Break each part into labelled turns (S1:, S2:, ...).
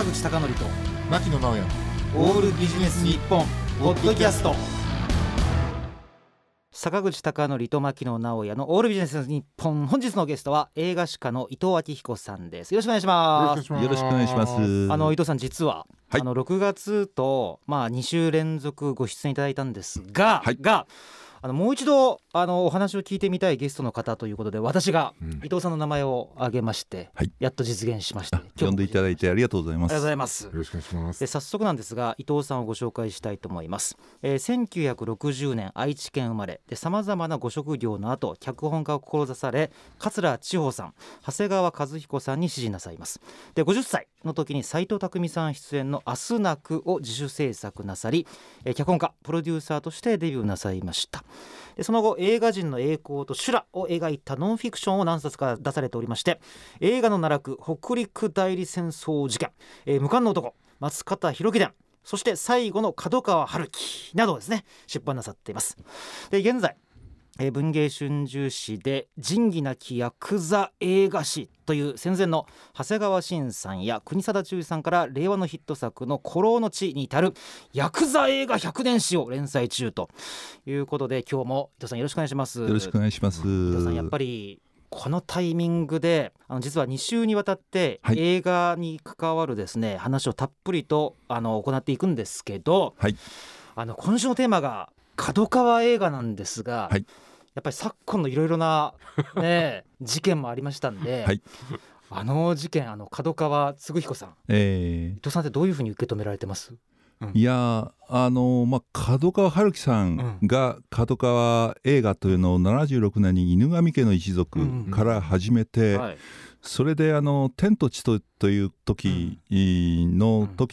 S1: 坂口孝則と
S2: 牧野直哉
S1: オールビジネス日本ポッドキャスト。坂口孝則と牧野直哉のオールビジネス日本、本日のゲストは映画史家の伊藤昭彦さんです。よろしくお願いします。
S3: よろしくお願いします。
S1: 伊藤さん、実は、はい、6月と、2週連続ご出演いただいたんですが、はい、もう一度お話を聞いてみたいゲストの方ということで、私が伊藤さんの名前を挙げまして、やっと実現しました。
S3: 呼んでいただいてありがとうございます。
S1: ありがとうございます。
S2: よろしくお願いします。
S1: 早速なんですが、伊藤さんをご紹介したいと思います。1960年愛知県生まれで、さまざまなご職業の後脚本家を志され、桂千穂さん、長谷川和彦さんに師事なさいます。で、50歳の時に斎藤工さん出演の明日なくを自主制作なさり、脚本家プロデューサーとしてデビューなさいました。で、その後映画人の栄光と修羅を描いたノンフィクションを何冊か出されておりまして、映画の奈落、北陸代理戦争事件、無冠の男、松方弘樹伝、そして最後の角川春樹などですね、出版なさっています。で、現在文藝春秋誌で仁義なきヤクザ映画史という戦前の長谷川伸さんや国定忠さんから令和のヒット作の孤狼の地に至るヤクザ映画100年史を連載中ということで、今日も伊藤さんよろしくお願いします。
S3: よろしくお願いします。
S1: 伊藤さん、やっぱりこのタイミングで実は2週にわたって映画に関わるですね、話をたっぷりと行っていくんですけど、今週のテーマが角川映画なんですが、やっぱり昨今のいろいろな、事件もありましたんで、事件角川嗣彦さん、伊藤さんってどういうふうに受け止められてます？
S3: いや角川春樹さんが角川映画というのを76年に犬神家の一族から始めて、それで天と地という時にちょっ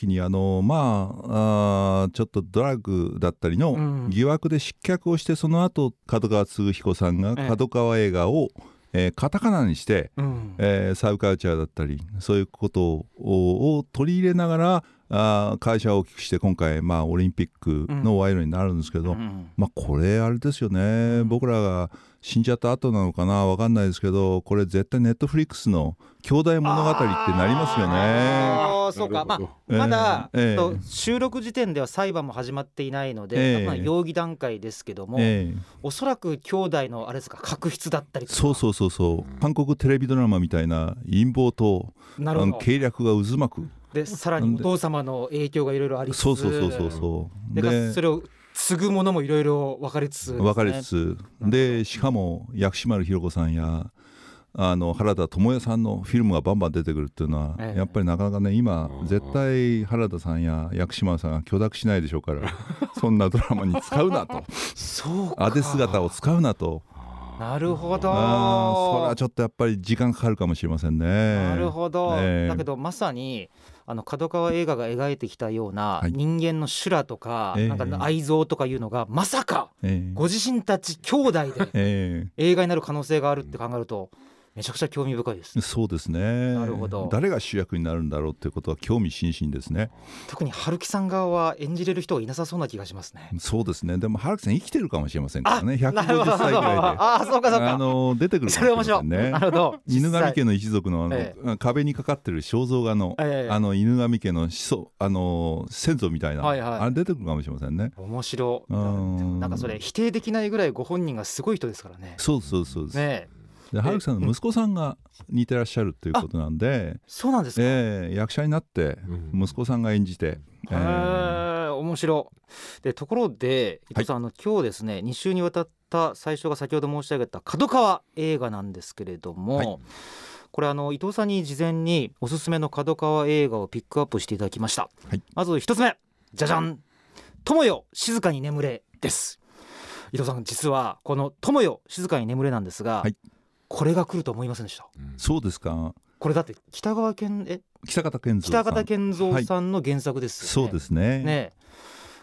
S3: とドラッグだったりの疑惑で失脚をして、その後角川嗣彦さんが角川映画をカタカナにして、サブカルチャーだったりそういうことを取り入れながら会社を大きくして、今回オリンピックの賄賂になるんですけど、これあれですよね、僕らが死んじゃった後なのかな、分かんないですけど、これ絶対ネットフリックスの兄弟物語ってなりますよね。
S1: そうか、まだ、収録時点では裁判も始まっていないので、容疑段階ですけども、おそらく兄弟のあれですか、確執だったりとか、
S3: 韓国テレビドラマみたいな陰謀と計略が渦巻く。
S1: で、さらにお父様の影響がいろいろありつつ、でそれを継ぐものもいろいろ分かりつつ、
S3: でしかも薬師丸ひろ子さんや原田知世さんのフィルムがバンバン出てくるっていうのは、やっぱりなかなかね、今絶対原田さんや薬師丸さんが許諾しないでしょうからそんなドラマに使うなとアデ姿を使うなと。
S1: なるほど、
S3: それはちょっとやっぱり時間かかるかもしれませんね。
S1: なるほど、だけどまさに角川映画が描いてきたような人間の修羅とか、なんか愛憎とかいうのがまさかご自身たち兄弟で映画になる可能性があるって考えると、めちゃくちゃ興味深いです。
S3: そうですね。
S1: なるほど。
S3: 誰が主役になるんだろうっていうことは興味津々ですね。
S1: 特に春樹さん側は演じれる人がいなさそうな気がしますね。
S3: そうですね。でも春樹さん生きてるかもしれませんからね。150歳ぐらいで
S1: そうか
S3: 出てくるかもしれませんね。
S1: それ面白い。なるほど。
S3: 犬神家の一族の壁にかかってる肖像画の犬神家の先祖みたいな、あれ出てくるかもしれませんね。
S1: 面白い。なんかそれ否定できないぐらいご本人がすごい人ですからね。
S3: そうですね。で、春樹さんの息子さんが似てらっしゃるということなんで、
S1: そうなんですか。
S3: 役者になって息子さんが演じて、
S1: 面白い。で、ところで伊藤さん、今日ですね、2週にわたった最初が先ほど申し上げた角川映画なんですけれども、これ伊藤さんに事前におすすめの角川映画をピックアップしていただきました。まず一つ目、じゃじゃん、友よ静かに眠れです。伊藤さん、実はこの友よ静かに眠れなんですが、これが来ると思いませんでした。
S3: そうですか。
S1: これだって北方健三さんの原作ですよね。
S3: そうですね。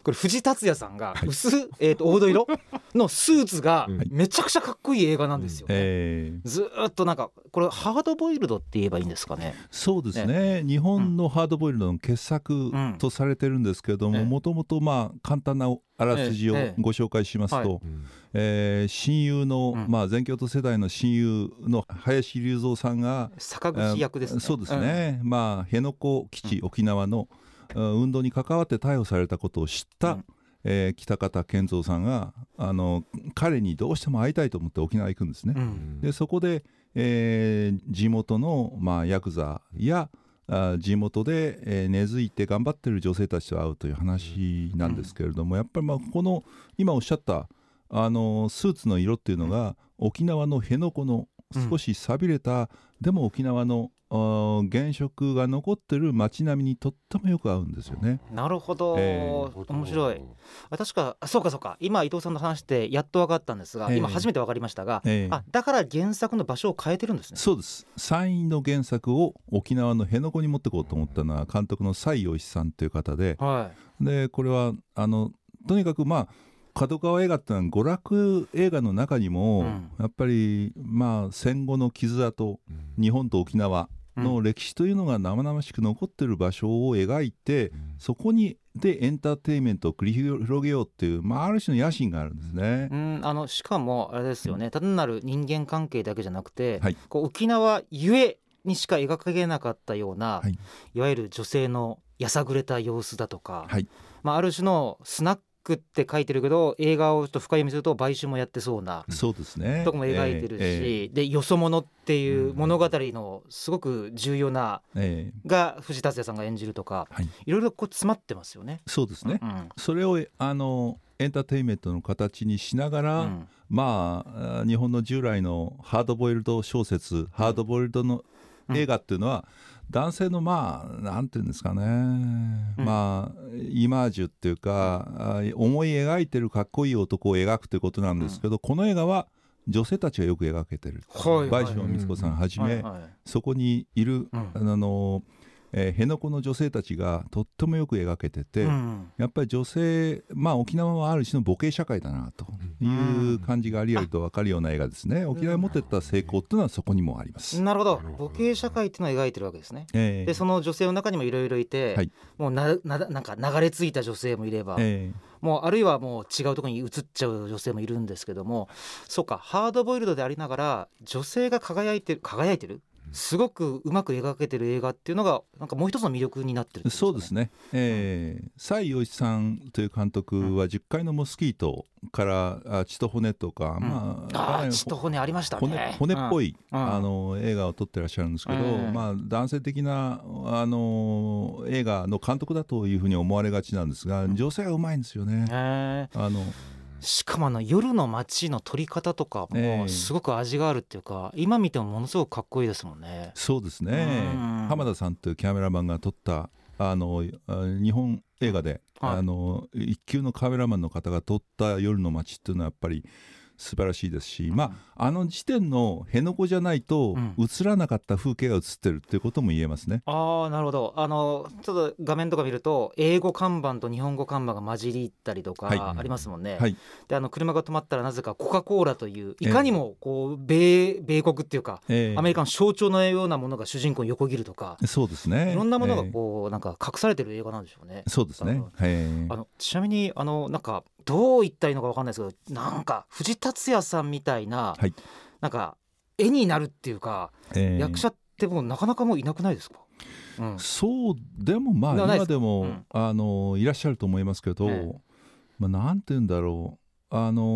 S1: これ藤達也さんが薄、黄土色のスーツがめちゃくちゃかっこいい映画なんですよね、ずっとなんかこれハードボイルドって言えばいいんですかね。
S3: そうですね、日本のハードボイルドの傑作とされてるんですけれども、もともと簡単なあらすじをご紹介しますと、親友の、全教徒世代の親友の林隆三さんが
S1: 坂口役ですね。
S3: そうですね、辺野古基地、沖縄の運動に関わって逮捕されたことを知った、北方健三さんが彼にどうしても会いたいと思って沖縄行くんですね、でそこで、地元の、ヤクザや地元で、根付いて頑張ってる女性たちと会うという話なんですけれども、やっぱりこの今おっしゃったスーツの色っていうのが沖縄の辺野古の少し寂れた、でも沖縄の原色が残ってる街並みにとってもよく合うんですよね。
S1: なるほど、面白い。確かそうか今伊藤さんの話でやっと分かったんですが、今初めて分かりましたが、だから原作の場所を変えてるんですね。
S3: そうです。山陰の原作を沖縄の辺野古に持ってこうと思ったのは監督の崔洋一さんという方で、でこれはとにかく角川映画ってのは娯楽映画の中にも、やっぱり戦後の傷跡、日本と沖縄の歴史というのが生々しく残っている場所を描いて、そこにでエンターテインメントを繰り広げようっていう、ある種の野心があるんですね。
S1: しかもあれですよね、単なる人間関係だけじゃなくて、こう沖縄ゆえにしか描けなかったような、いわゆる女性のやさぐれた様子だとか、ある種のスナックって書いてるけど映画をちょっと深読みすると買収もやってそうな
S3: そうですね
S1: とこも描いてるし、でよそ者っていう物語のすごく重要な、が藤達也さんが演じるとか、いろいろこう詰まってますよね。
S3: そうですね、それをエンターテインメントの形にしながら、日本の従来のハードボイルド小説、ハードボイルドの映画っていうのは、男性のなんていうんですかね、イマージュっていうか思い描いてるかっこいい男を描くということなんですけど、この映画は女性たちがよく描けてる、倍賞美津子さんはじめ、そこにいる、辺野古の女性たちがとってもよく描けてて、やっぱり女性、沖縄はある種の母系社会だなという感じがありありと分かるような映画ですね。沖縄に持ってった成功っていうのはそこにもあります。
S1: なるほど、母系社会っていうのを描いてるわけですね。でその女性の中にもいろいろいて、もうなんか流れ着いた女性もいれば、もうあるいはもう違うところに移っちゃう女性もいるんですけども、そうか、ハードボイルドでありながら女性が輝いてるすごくうまく描けてる映画っていうのがなんかもう一つの魅力になってるんですかね。
S3: そうですね、崔洋一さんという監督は10階のモスキートから血と骨とか、
S1: 血と骨ありましたね。
S3: 骨っぽい、映画を撮ってらっしゃるんですけど、男性的な映画の監督だというふうに思われがちなんですが、女性がうまいんですよね。
S1: しかも夜の街の撮り方とかもすごく味があるっていうか、今見てもものすごくかっこいいですもんね。
S3: そうですね、浜田さんというキャメラマンが撮った日本映画で、一級のカメラマンの方が撮った夜の街っていうのはやっぱり素晴らしいですし、時点の辺野古じゃないと映らなかった風景が映ってるっていうことも言えますね。
S1: なるほど。ちょっと画面とか見ると英語看板と日本語看板が混じりったりとかありますもんね。で車が止まったらなぜかコカ・コーラといういかにもこう米国っていうか、アメリカの象徴のようなものが主人公に横切るとか、
S3: そうですね、
S1: いろんなものがこうなんか隠されてる映画なんでしょうね。
S3: そうですね。
S1: ちなみになんかどう言ったらいいのか分かんないですけど、なんか藤達也さんみたいな、なんか絵になるっていうか、役者ってもうなかなかもういなくないですか。
S3: そうでも今でも、いらっしゃると思いますけど、なんて言うんだろう、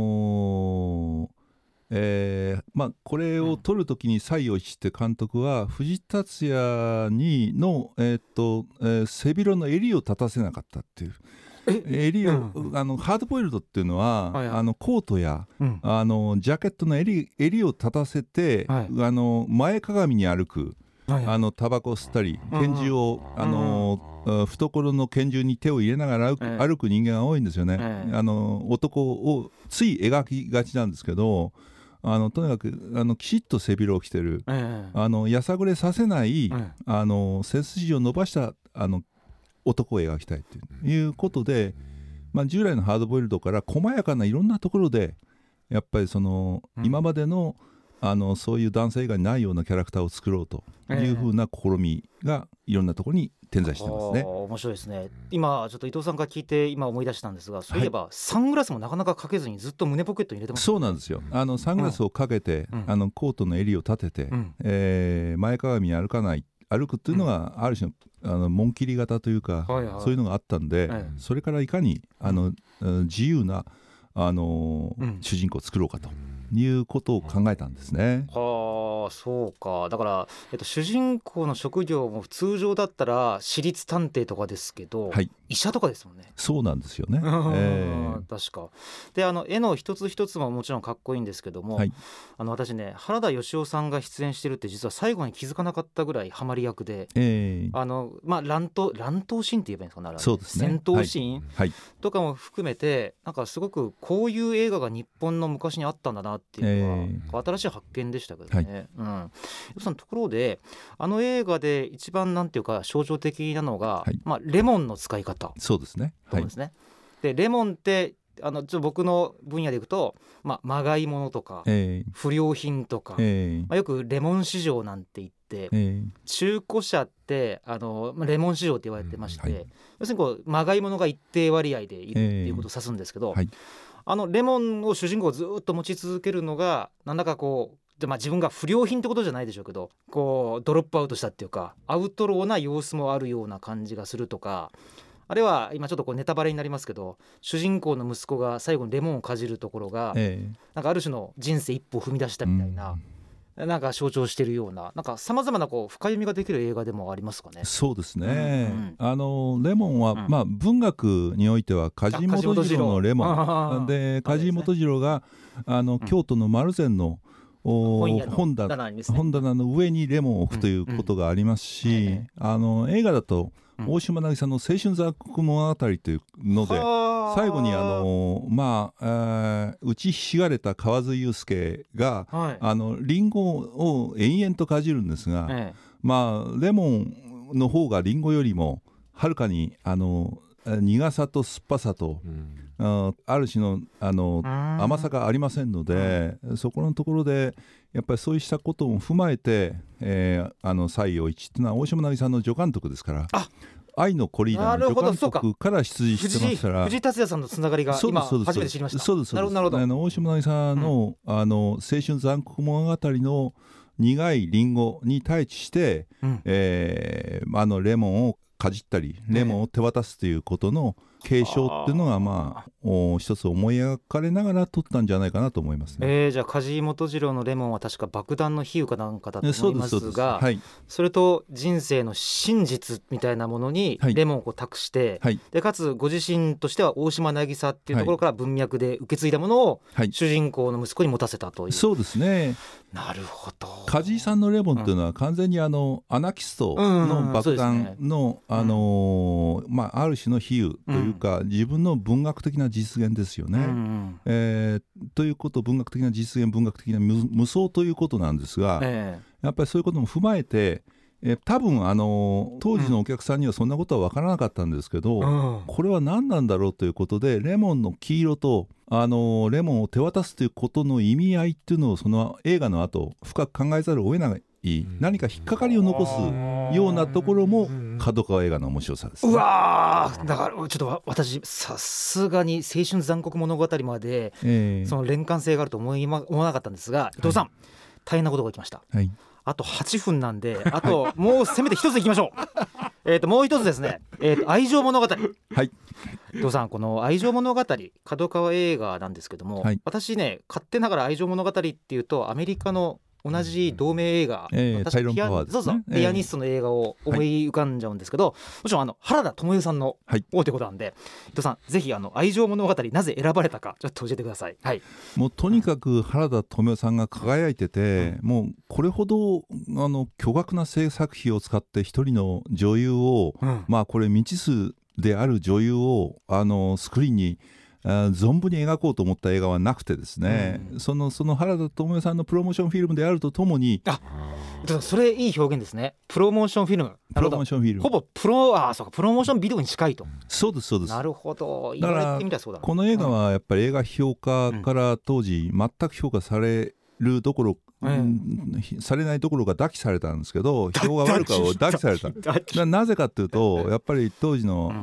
S3: これを撮るときに崔洋一って監督は藤達也にの、背広の襟を立たせなかったっていう。襟を、ハードボイルドっていうのは、コートや、ジャケットの襟を立たせて、前かがみに歩く、タバコを吸ったり拳銃を、懐の拳銃に手を入れながら歩く人間が多いんですよね。男をつい描きがちなんですけど、とにかくきちっと背広を着てる、やさぐれさせない、背筋を伸ばした男を描きたいということで、 従来のハードボイルドから細やかないろんなところでやっぱり今までのそういう男性映画にないようなキャラクターを作ろうというふうな試みがいろんなところに点在してますね。
S1: 面白いですね。今ちょっと伊藤さんから聞いて今思い出したんですが、そういえばサングラスもなかなかかけずにずっと胸ポケットに入れてます、ね、
S3: そうなんですよ。サングラスをかけて、コートの襟を立てて、前かがみに歩くっていうのがある種の紋切り型というか、そういうのがあったんで、それからいかに自由な主人公を作ろうかということを考えたんですね。
S1: はあ、そうか。だから、主人公の職業も通常だったら私立探偵とかですけど、医者とかですもんね。
S3: そうなんですよね。
S1: 確かで絵の一つ一つももちろんかっこいいんですけども、私ね原田芳雄さんが出演してるって実は最後に気づかなかったぐらいハマり役で、乱闘シーンって言えばいいんですかね。
S3: そうですね、
S1: 戦闘シーンとかも含めてなんかすごくこういう映画が日本の昔にあったんだなっていうのが新しい発見でしたけどね。そのところで映画で一番なんていうか象徴的なのが、レモンの使い方。
S3: そうですね。
S1: そうですね。でレモンってちょっと僕の分野でいくと、まがいものとか、不良品とか、よくレモン市場なんて言って、中古車ってレモン市場って言われてまして、要するにまがいものが一定割合でいるっていうことを指すんですけど、レモンを主人公をずっと持ち続けるのがなんだか自分が不良品ってことじゃないでしょうけどドロップアウトしたっていうかアウトローな様子もあるような感じがするとか、あるいは今ちょっとネタバレになりますけど主人公の息子が最後にレモンをかじるところが、なんかある種の人生一歩踏み出したみたいな、なんか象徴しているようなさまざまな深読みができる映画でもありますかね。
S3: そうですね、レモンは、文学においては梶本次郎のレモンで、梶本次郎が京都の丸善の本棚の上にレモンを置くということがありますし、映画だと大島渚の青春雑穀物語というので、最後に打ちひしがれた河津祐介が、リンゴを延々とかじるんですが、レモンの方がリンゴよりもはるかに苦さと酸っぱさと、ある種の甘さがありませんので、そこのところでやっぱりそうしたことを踏まえて、西洋一っていうのは大島渚の助監督ですから、愛のコリーダの助監督から出自してますから、
S1: 藤井達也さんのつながりが今初めて知りました。
S3: そうです。なるほど。大島渚の、青春残酷物語の苦いリンゴに対して、レモンをかじったりレモンを手渡すということの継承っていうのが一つ思い描かれながら撮ったんじゃないかなと思いますね。
S1: じゃあ梶本次郎のレモンは確か爆弾の比喩かなんかだと思いますが、それと人生の真実みたいなものにレモンを託して、でかつご自身としては大島渚っていうところから文脈で受け継いだものを主人公の息子に持たせたという。
S3: そうですね。
S1: なるほど。
S3: 梶井さんのレモンっていうのは完全にアナキストの爆弾のある種の比喩というか、自分の文学的な実現ですよね。ということ文学的な実現文学的な無双ということなんですが、やっぱりそういうことも踏まえて多分当時のお客さんにはそんなことは分からなかったんですけど、これは何なんだろうということでレモンの黄色とレモンを手渡すということの意味合いっていうのをその映画の後深く考えざるを得ない、何か引っかかりを残すようなところも角川映画の面白さです。
S1: うわー、だからちょっと私さすがに青春残酷物語まで、その連関性があると思わなかったんですが、伊藤さん、大変なことが起きました。あと8分なんで、あともうせめて一ついきましょう。もう一つですね、愛情物語。伊藤さん、この愛情物語角川映画なんですけども、私ね勝手ながら愛情物語っていうとアメリカの同じ同名映画、
S3: タイロンパワーですね。
S1: ピアニストの映画を思い浮かんじゃうんですけど、もちろん原田知世さんの王ということなんで、伊藤さんぜひ愛情物語なぜ選ばれたかちょっと教えてください。
S3: もうとにかく原田知世さんが輝いてて、もうこれほど巨額な制作費を使って一人の女優を、これ未知数である女優をスクリーンに存分に描こうと思った映画はなくてですね、その原田知世さんのプロモーションフィルムであるとともに
S1: それいい表現ですね。プロモーションフィルム。
S3: プロモーションフィルム、
S1: ほぼそうか、プロモーションビデオに近いと。
S3: そうですそうです。
S1: なるほど、言われてみたらそうだな。
S3: この映画はやっぱり映画評価から当時全く評価されるどころ、されないどころか抱きされたんですけど、評が悪く抱きされた。なぜかというと、やっぱり当時の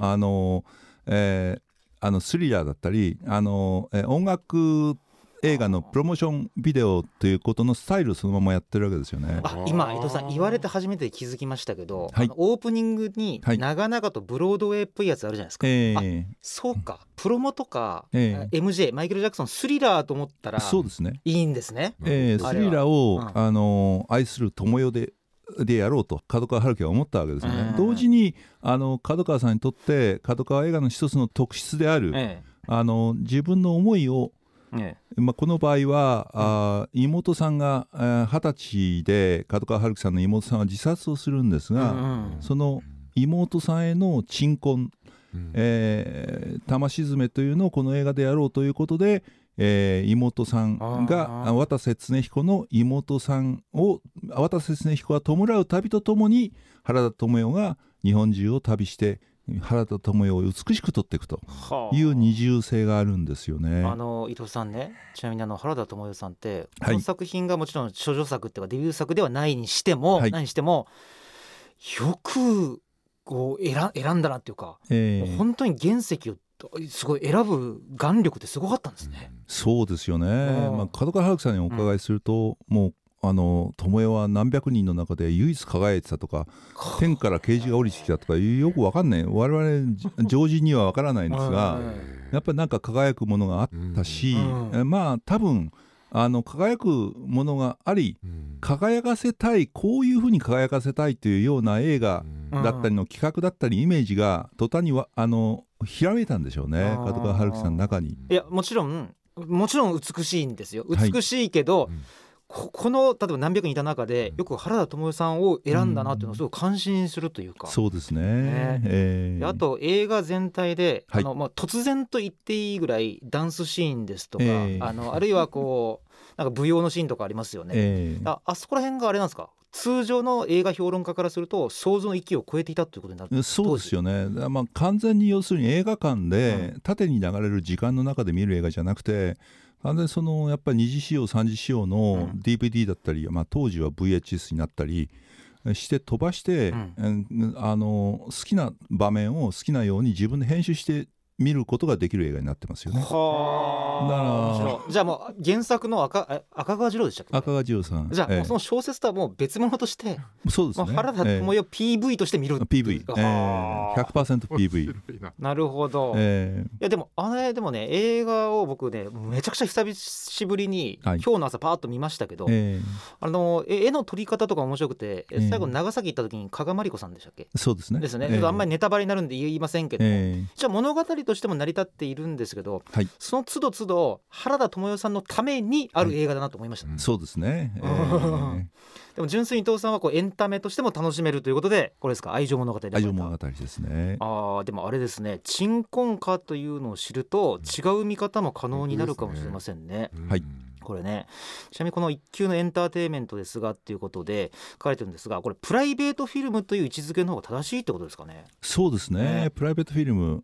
S3: スリラーだったり音楽映画のプロモーションビデオということのスタイルをそのままやってるわけですよね。
S1: 今伊藤さん言われて初めて気づきましたけど、
S3: はい、
S1: オープニングに長々とブロードウェイっぽいやつあるじゃないですか、そうか、プロモとか、MJ マイケル・ジャクソンスリラーと思ったら
S3: そうですね、
S1: いいんですね。
S3: スリラーを、愛する友よでやろうと角川春樹は思ったわけですね。同時に角川さんにとって角川映画の一つの特質である、自分の思いをこの場合は、妹さんが20歳で角川春樹さんの妹さんは自殺をするんですが、その妹さんへの鎮魂、魂詰めというのをこの映画でやろうということで、妹さんが渡瀬恒彦の妹さんを渡瀬恒彦が弔う旅とともに原田知世が日本中を旅して原田知世を美しく撮っていくという二重性があるんですよね。
S1: 伊藤さんね、ちなみに原田知世さんってこの作品がもちろん処女作っていうかデビュー作ではないにしても、何にしてもよくこう選んだなっていうか、本当に原石をすごい選ぶ眼力ってすごかったんですね。
S3: そうですよね。角川春樹さんにお伺いすると、もう知世は何百人の中で唯一輝いてたとか、天から啓示が降りてきたとかよく分かんない、我々常人には分からないんですが、やっぱりなんか輝くものがあったし、多分輝くものがあり、輝かせたい、こういうふうに輝かせたいというような映画だったりの企画だったりイメージが途端にひらめいたんでしょうね、角川春樹さんの中に。
S1: いやもちろん美しいんですよ。美しいけど、この例えば何百人いた中でよく原田知世さんを選んだなっていうのをすごく感心するというか、
S3: そうですね。
S1: あと映画全体で、突然と言っていいぐらいダンスシーンですとか、あるいはこうなんか舞踊のシーンとかありますよね。あそこら辺があれなんですか、通常の映画評論家からすると想像の域を超えていたということになる。
S3: そうですよね。完全に要するに映画館で縦に流れる時間の中で見る映画じゃなくて、完全にやっぱり2次使用3次使用の DVD だったり、当時は VHS になったりして飛ばして、好きな場面を好きなように自分で編集して見ることができる映画になってますよね。
S1: じゃあもう原作の赤川次郎でしたっけ？
S3: 赤川次郎さん。
S1: じゃあ、その小説とはもう別物として、
S3: そうですね、
S1: 原田知世を PV として見る。
S3: PV、100% PV
S1: なるほど。いやでもでもね、映画を僕ねめちゃくちゃ久しぶりに、今日の朝パーッと見ましたけど、絵の撮り方とか面白くて、最後長崎行った時に加賀まりこさんでしたっけ？そうですね。あんまりネタバレになるんで言いませんけど、じゃあ物語としても成り立っているんですけど、その都度都度原田知世さんのためにある映画だなと思いました。
S3: そうですね。
S1: でも純粋に伊藤さんはこうエンタメとしても楽しめるということで、これですか、愛情物語で。
S3: 愛情物語ですね。
S1: でもあれですね、鎮魂歌というのを知ると違う見方も可能になるかもしれませんね。これね、ちなみにこの一級のエンターテインメントですがっていうことで書かれてるんですが、これプライベートフィルムという位置づけの方が正しいってことですかね？
S3: そうですね、プライベートフィルム、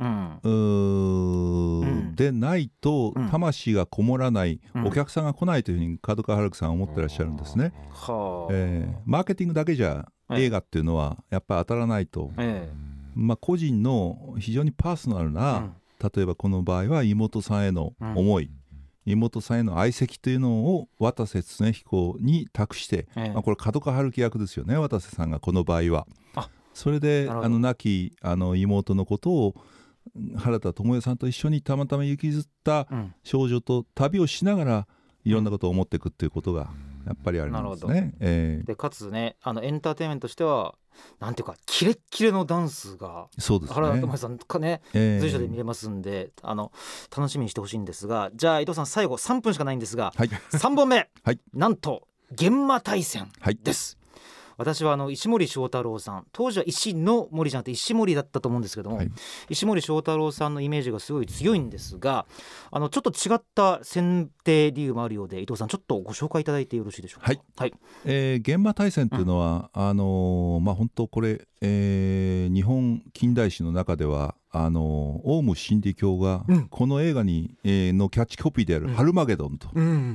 S3: でないと魂がこもらない、お客さんが来ないというふうに角川春樹さんは思ってらっしゃるんですね。マーケティングだけじゃ映画っていうのはやっぱり当たらないと、個人の非常にパーソナルな、例えばこの場合は妹さんへの思い、妹さんへの愛惜というのを渡瀬恒彦に託して、これ角川春樹役ですよね、渡瀬さんがこの場合は。それで亡き妹のことを原田知世さんと一緒にたまたま行きずった少女と旅をしながらいろんなことを思っていくっていうことがやっぱりあるんですね。
S1: でかつね、エンターテインメントとしてはなんていうかキレッキレのダンスが原田知世さんかね、随所で見れますんで、楽しみにしてほしいんですが、じゃあ伊藤さん最後3分しかないんですが、3本目、なんと現場対戦です。 私は石森章太郎さん、当時は石の森じゃなくて石森だったと思うんですけども、石森章太郎さんのイメージがすごい強いんですが、ちょっと違った選定理由もあるようで、伊藤さんちょっとご紹介いただいてよろしいでしょうか。
S3: 現場大戦というのは、本当これ、日本近代史の中ではオウム真理教がこの映画に、のキャッチコピーであるハルマゲドンと、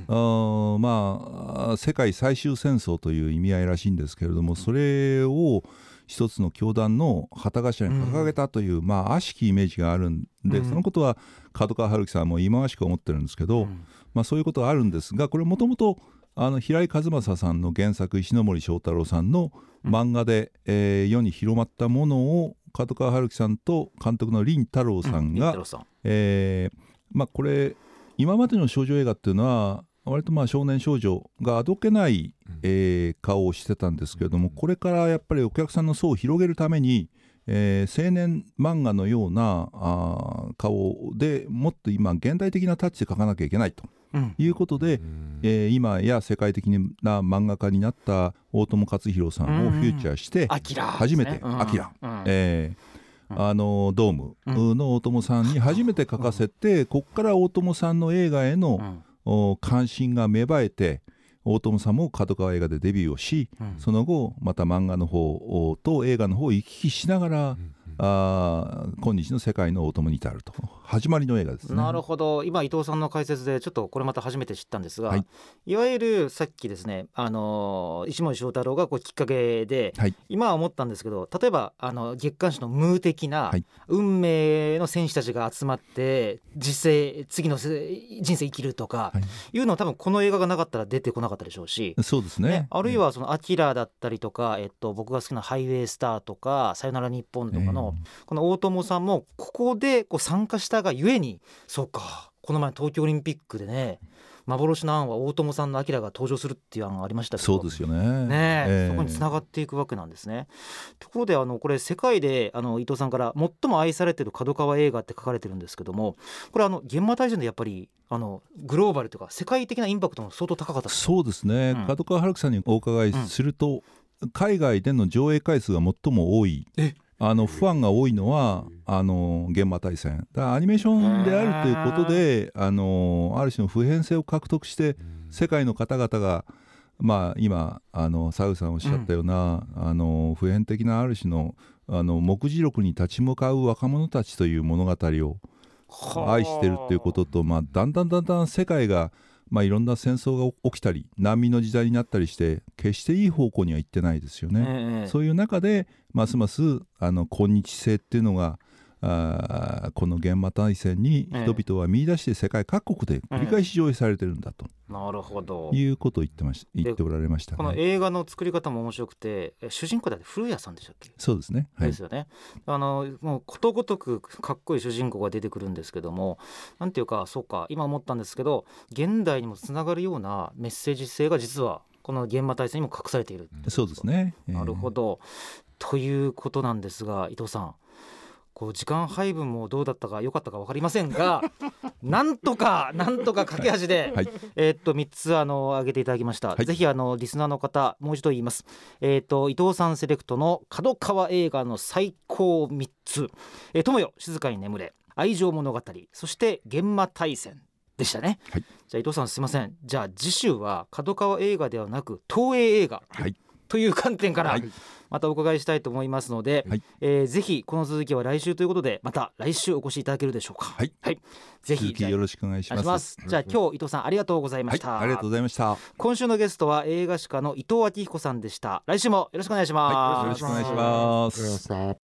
S3: 世界最終戦争という意味合いらしいんですけれども、それを一つの教団の旗頭に掲げたという、悪しきイメージがあるんで、そのことは角川春樹さんも忌まわしく思ってるんですけど、そういうことがあるんですが、これもともと平井和正さんの原作、石森章太郎さんの漫画で、世に広まったものを角川春樹さんと監督の林太郎さんが、これ今までの少女映画っていうのは割と少年少女があどけない、顔をしてたんですけれども、これからやっぱりお客さんの層を広げるために、青年漫画のような顔でもっと今現代的なタッチで描かなきゃいけないということで、今や世界的な漫画家になった大友克洋さんをフューチャーして初めてアキラ、ドームの大友さんに初めて描かせて、ここから大友さんの映画への関心が芽生えて、大友さんも角川映画でデビューをし、その後また漫画の方と映画の方を行き来しながら、今日の世界の大友に至ると始まりの映画ですね。
S1: なるほど。今伊藤さんの解説でちょっとこれまた初めて知ったんですが、いわゆるさっきですね、石森章太郎がきっかけで、今は思ったんですけど、例えば月刊誌のムー的な、運命の戦士たちが集まって次の人生生きるとか、いうのは多分この映画がなかったら出てこなかったでしょうし、
S3: そうですね。
S1: あるいはそのアキラだったりとか、僕が好きなハイウェイスターとかさよなら日本とかの、この大友さんもここで参加したがゆえに、そうか、この前東京オリンピックでね、幻の案は大友さんのアキラが登場するっていう案がありましたけど、
S3: そうですよね。
S1: そこに繋がっていくわけなんですね。ところでこれ世界で伊藤さんから最も愛されている角川映画って書かれてるんですけども、これ現場大戦でやっぱりグローバルというか世界的なインパクトも相当高かったです。
S3: そうですね、角川春樹さんにお伺いすると、海外での上映回数が最も多い、ファンが多いのは現場大戦だからアニメーションであるということで、ある種の普遍性を獲得して世界の方々が、今サウさんおっしゃったような、普遍的なある種の目次録に立ち向かう若者たちという物語を愛しているということと、だんだん世界がいろんな戦争が起きたり難民の時代になったりして決していい方向には行ってないですよね。そういう中でますます今日性っていうのがこの現場大戦に人々は見出して世界各国で繰り返し上映されてるんだと、
S1: なるほど
S3: いうことを言っておられましたね。
S1: この映画の作り方も面白くて、主人公で古谷さんでしたっけ。
S3: そうですね、
S1: ですよね。もうことごとくかっこいい主人公が出てくるんですけども、なんていうか、そうか、今思ったんですけど、現代にもつながるようなメッセージ性が実はこの現場大戦にも隠されている。
S3: そうですね、
S1: なるほど、ということなんですが、伊藤さん、時間配分もどうだったか良かったか分かりませんがなんとか駆け足で、3つ挙げていただきました、ぜひリスナーの方もう一度言います、伊藤さんセレクトの角川映画の最高3つ、友よ静かに眠れ、愛情物語、そして現場大戦でしたね。じゃあ伊藤さん、すいません、じゃあ次週は角川映画ではなく東映映画、という観点からまたお伺いしたいと思いますので、ぜひこの続きは来週ということで、また来週お越しいただけるでしょうか。ぜひ
S3: 続きよろしくお願いします。
S1: じゃあ今日伊藤さんありがとうございました。
S3: ありがとうございました。
S1: 今週のゲストは映画史家の伊藤明彦さんでした。来週もよろしくお願いします。
S3: よろしくお願いします。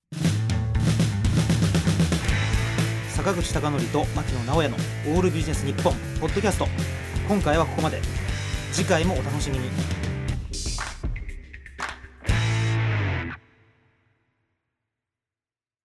S1: 坂口孝則と牧野直哉のオールビジネス日本ポッドキャスト、今回はここまで。次回もお楽しみに。